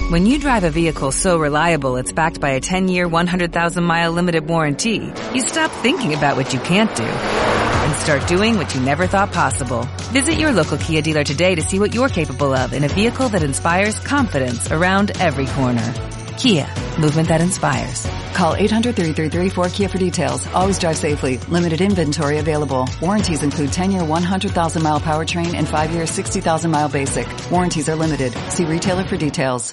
When you drive a vehicle so reliable it's backed by a 10-year, 100,000-mile limited warranty, you stop thinking about what you can't do and start doing what you never thought possible. Visit your local Kia dealer today to see what you're capable of in a vehicle that inspires confidence around every corner. Kia, movement that inspires. Call 800-3334-KIA for details. Always drive safely. Limited inventory available. Warranties include 10-year, 100,000-mile powertrain and 5-year, 60,000-mile basic. Warranties are limited. See retailer for details.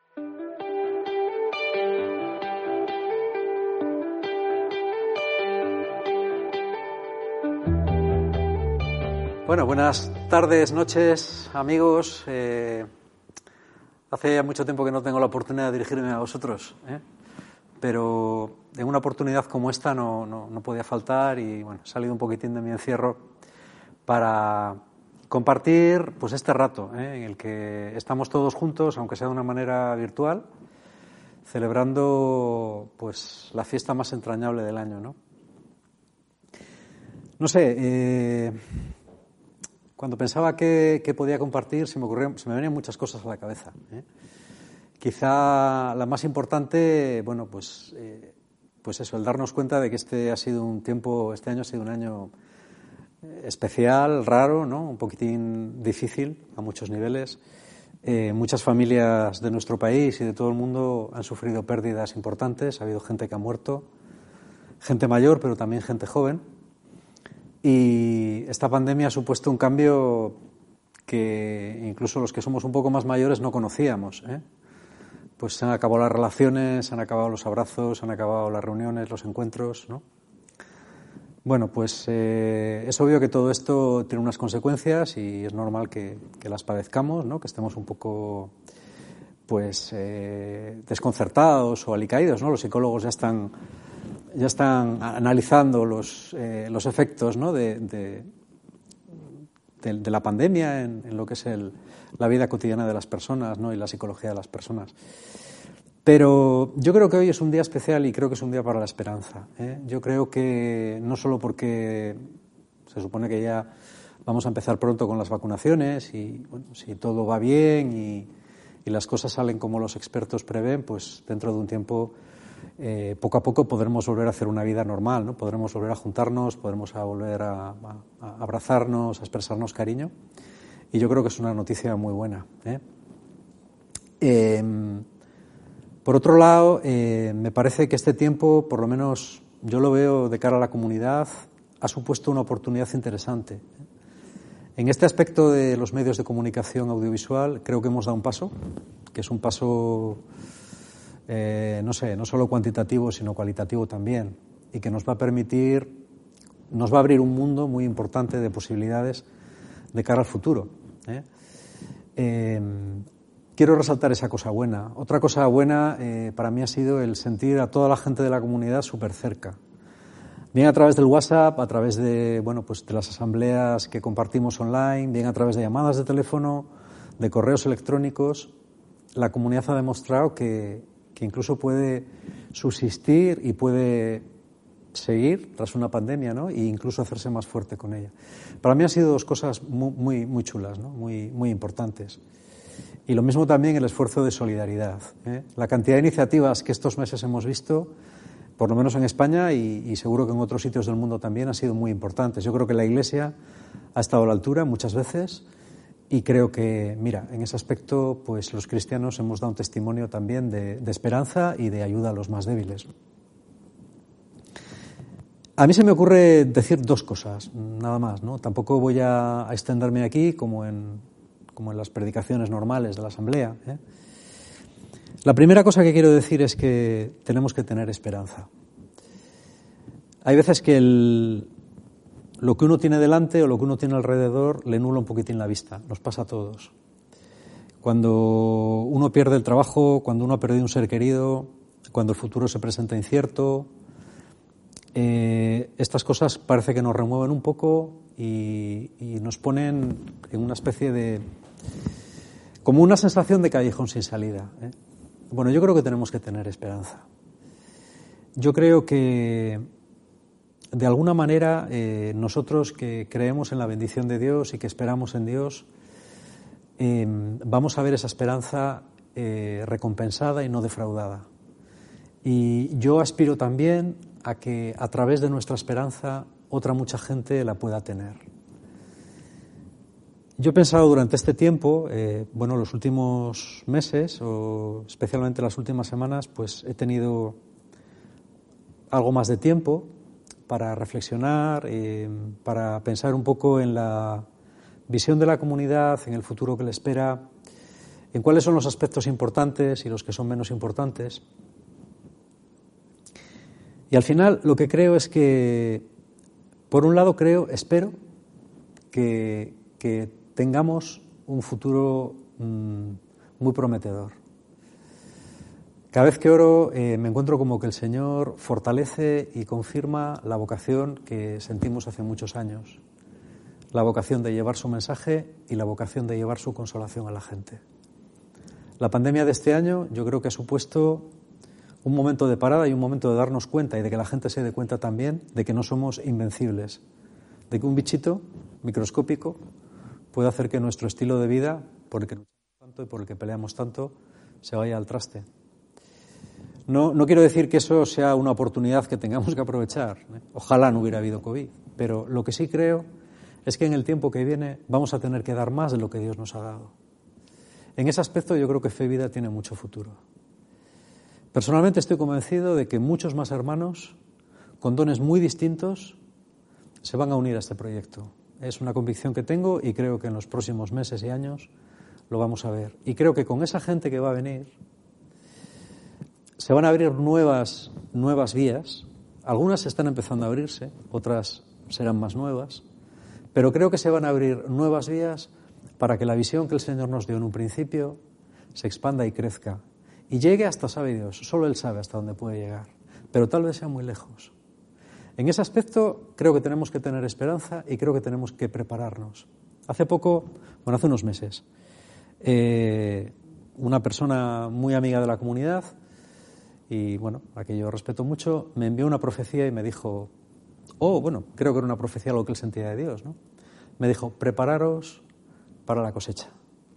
Bueno, buenas tardes, noches, amigos. Hace ya mucho tiempo que no tengo la oportunidad de dirigirme a vosotros, pero en una oportunidad como esta no podía faltar y bueno, he salido un poquitín de mi encierro para compartir pues este rato en el que estamos todos juntos, aunque sea de una manera virtual, celebrando pues la fiesta más entrañable del año, ¿no? No sé, cuando pensaba que podía compartir, se me venían muchas cosas a la cabeza. Quizá la más importante, bueno, pues eso, el darnos cuenta de que este año ha sido un año especial, raro, ¿no? Un poquitín difícil a muchos niveles. Muchas familias de nuestro país y de todo el mundo han sufrido pérdidas importantes. Ha habido gente que ha muerto, gente mayor, pero también gente joven. Y esta pandemia ha supuesto un cambio que incluso los que somos un poco más mayores no conocíamos, Pues se han acabado las relaciones, se han acabado los abrazos, se han acabado las reuniones, los encuentros, ¿no? Bueno, pues es obvio que todo esto tiene unas consecuencias y es normal que las padezcamos, ¿no? Que estemos un poco pues desconcertados o alicaídos, ¿no? Los psicólogos ya están analizando los efectos, ¿no? de la pandemia en lo que es la vida cotidiana de las personas, ¿no? Y la psicología de las personas. Pero yo creo que hoy es un día especial y creo que es un día para la esperanza, Yo creo que no solo porque se supone que ya vamos a empezar pronto con las vacunaciones y bueno, si todo va bien y las cosas salen como los expertos prevén, pues dentro de un tiempo poco a poco podremos volver a hacer una vida normal, ¿no? Podremos volver a juntarnos, podremos volver a abrazarnos, a expresarnos cariño. Y yo creo que es una noticia muy buena, Por otro lado, me parece que este tiempo, por lo menos yo lo veo de cara a la comunidad, ha supuesto una oportunidad interesante. En este aspecto de los medios de comunicación audiovisual creo que hemos dado un paso, que es un paso no solo cuantitativo, sino cualitativo también, y que nos va a abrir un mundo muy importante de posibilidades de cara al futuro. Quiero resaltar esa cosa buena. Otra cosa buena para mí ha sido el sentir a toda la gente de la comunidad súper cerca. Bien a través del WhatsApp, a través de las asambleas que compartimos online, bien a través de llamadas de teléfono, de correos electrónicos, la comunidad ha demostrado que incluso puede subsistir y puede seguir tras una pandemia, ¿no? E incluso hacerse más fuerte con ella. Para mí han sido dos cosas muy, muy chulas, ¿no? Muy importantes. Y lo mismo también el esfuerzo de solidaridad, La cantidad de iniciativas que estos meses hemos visto, por lo menos en España y seguro que en otros sitios del mundo también, han sido muy importantes. Yo creo que la Iglesia ha estado a la altura muchas veces. Y creo que, mira, en ese aspecto, pues los cristianos hemos dado un testimonio también de esperanza y de ayuda a los más débiles. A mí se me ocurre decir dos cosas, nada más, ¿no? Tampoco voy a extenderme aquí como en las predicaciones normales de la asamblea, La primera cosa que quiero decir es que tenemos que tener esperanza. Hay veces que lo que uno tiene delante o lo que uno tiene alrededor le nubla un poquitín la vista. Nos pasa a todos. Cuando uno pierde el trabajo, cuando uno ha perdido un ser querido, cuando el futuro se presenta incierto, estas cosas parece que nos remueven un poco y nos ponen en una especie de... como una sensación de callejón sin salida, Bueno, yo creo que tenemos que tener esperanza. Yo creo que de alguna manera nosotros que creemos en la bendición de Dios y que esperamos en Dios, vamos a ver esa esperanza recompensada y no defraudada. Y yo aspiro también a que a través de nuestra esperanza otra mucha gente la pueda tener. Yo he pensado durante este tiempo, los últimos meses o especialmente las últimas semanas, pues he tenido algo más de tiempo para reflexionar, para pensar un poco en la visión de la comunidad, en el futuro que le espera, en cuáles son los aspectos importantes y los que son menos importantes. Y al final lo que creo es que, por un lado espero que tengamos un futuro muy prometedor. Cada vez que oro me encuentro como que el Señor fortalece y confirma la vocación que sentimos hace muchos años. La vocación de llevar su mensaje y la vocación de llevar su consolación a la gente. La pandemia de este año yo creo que ha supuesto un momento de parada y un momento de darnos cuenta y de que la gente se dé cuenta también de que no somos invencibles, de que un bichito microscópico puede hacer que nuestro estilo de vida, por el que luchamos tanto y por el que peleamos tanto, se vaya al traste. No quiero decir que eso sea una oportunidad que tengamos que aprovechar. Ojalá no hubiera habido COVID, pero lo que sí creo es que en el tiempo que viene vamos a tener que dar más de lo que Dios nos ha dado. En ese aspecto yo creo que Fe y Vida tiene mucho futuro. Personalmente estoy convencido de que muchos más hermanos con dones muy distintos se van a unir a este proyecto. Es una convicción que tengo y creo que en los próximos meses y años lo vamos a ver. Y creo que con esa gente que va a venir se van a abrir nuevas vías. Algunas están empezando a abrirse, otras serán más nuevas, pero creo que se van a abrir nuevas vías para que la visión que el Señor nos dio en un principio se expanda y crezca y llegue hasta, sabe Dios, solo Él sabe hasta dónde puede llegar, pero tal vez sea muy lejos. En ese aspecto creo que tenemos que tener esperanza y creo que tenemos que prepararnos. Hace unos meses, una persona muy amiga de la comunidad y, a que yo respeto mucho, me envió una profecía y me dijo, creo que era una profecía lo que él sentía de Dios, ¿no? Me dijo, prepararos para la cosecha.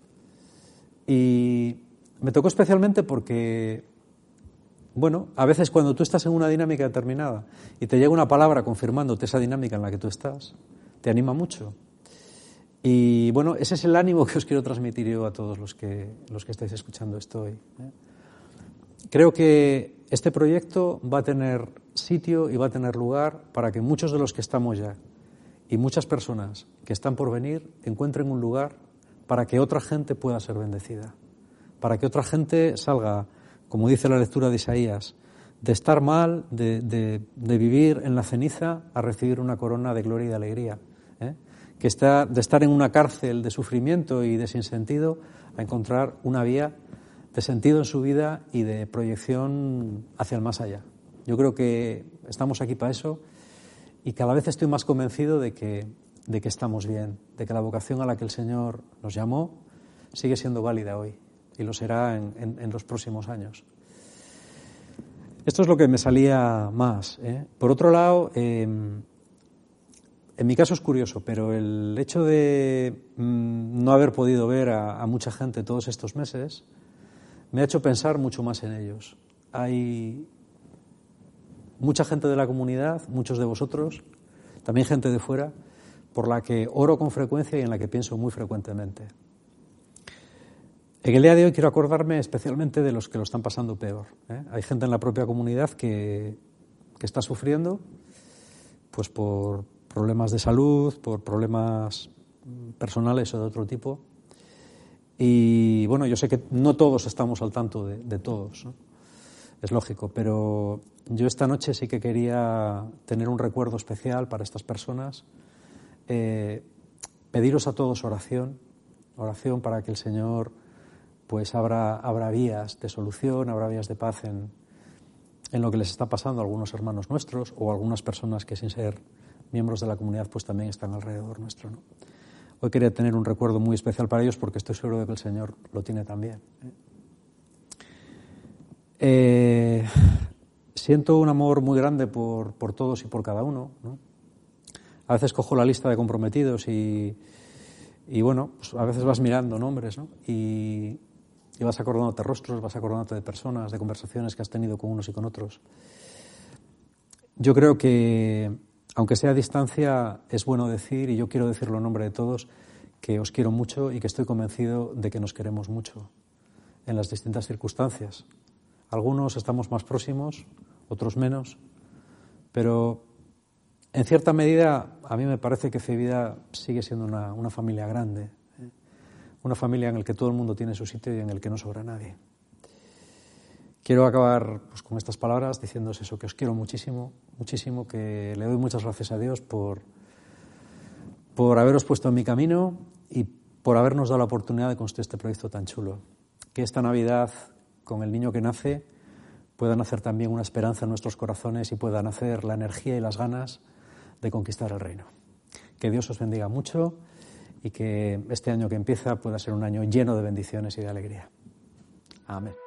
Y me tocó especialmente porque, a veces cuando tú estás en una dinámica determinada y te llega una palabra confirmándote esa dinámica en la que tú estás, te anima mucho. Y ese es el ánimo que os quiero transmitir yo a todos los que estáis escuchando esto hoy. Creo que este proyecto va a tener sitio y va a tener lugar para que muchos de los que estamos ya y muchas personas que están por venir encuentren un lugar para que otra gente pueda ser bendecida, para que otra gente salga, como dice la lectura de Isaías, de estar mal, de vivir en la ceniza a recibir una corona de gloria y de alegría, de estar en una cárcel de sufrimiento y de sinsentido a encontrar una vía de sentido en su vida y de proyección hacia el más allá. Yo creo que estamos aquí para eso y cada vez estoy más convencido de que estamos bien, de que la vocación a la que el Señor nos llamó sigue siendo válida hoy y lo será en los próximos años. Esto es lo que me salía más. Por otro lado, en mi caso es curioso, pero el hecho de no haber podido ver a mucha gente todos estos meses me ha hecho pensar mucho más en ellos. Hay mucha gente de la comunidad, muchos de vosotros, también gente de fuera, por la que oro con frecuencia y en la que pienso muy frecuentemente. En el día de hoy quiero acordarme especialmente de los que lo están pasando peor. Hay gente en la propia comunidad que está sufriendo pues por problemas de salud, por problemas personales o de otro tipo. Y yo sé que no todos estamos al tanto de todos, ¿no? Es lógico, pero yo esta noche sí que quería tener un recuerdo especial para estas personas, pediros a todos oración para que el Señor pues abra vías de solución, abra vías de paz en lo que les está pasando a algunos hermanos nuestros o a algunas personas que sin ser miembros de la comunidad pues también están alrededor nuestro, ¿no? Hoy quería tener un recuerdo muy especial para ellos porque estoy seguro de que el Señor lo tiene también. Siento un amor muy grande por todos y por cada uno, ¿no? A veces cojo la lista de comprometidos y pues a veces vas mirando nombres, ¿no? Y y vas acordándote rostros, vas acordándote de personas, de conversaciones que has tenido con unos y con otros. Yo creo que, aunque sea a distancia, es bueno decir, y yo quiero decirlo en nombre de todos, que os quiero mucho y que estoy convencido de que nos queremos mucho en las distintas circunstancias. Algunos estamos más próximos, otros menos, pero en cierta medida a mí me parece que Fevida sigue siendo una familia grande, una familia en la que todo el mundo tiene su sitio y en el que no sobra nadie. Quiero acabar pues, con estas palabras diciéndoos eso, que os quiero muchísimo, muchísimo, que le doy muchas gracias a Dios por haberos puesto en mi camino y por habernos dado la oportunidad de construir este proyecto tan chulo. Que esta Navidad, con el niño que nace, pueda nacer también una esperanza en nuestros corazones y pueda nacer la energía y las ganas de conquistar el reino. Que Dios os bendiga mucho y que este año que empieza pueda ser un año lleno de bendiciones y de alegría. Amén.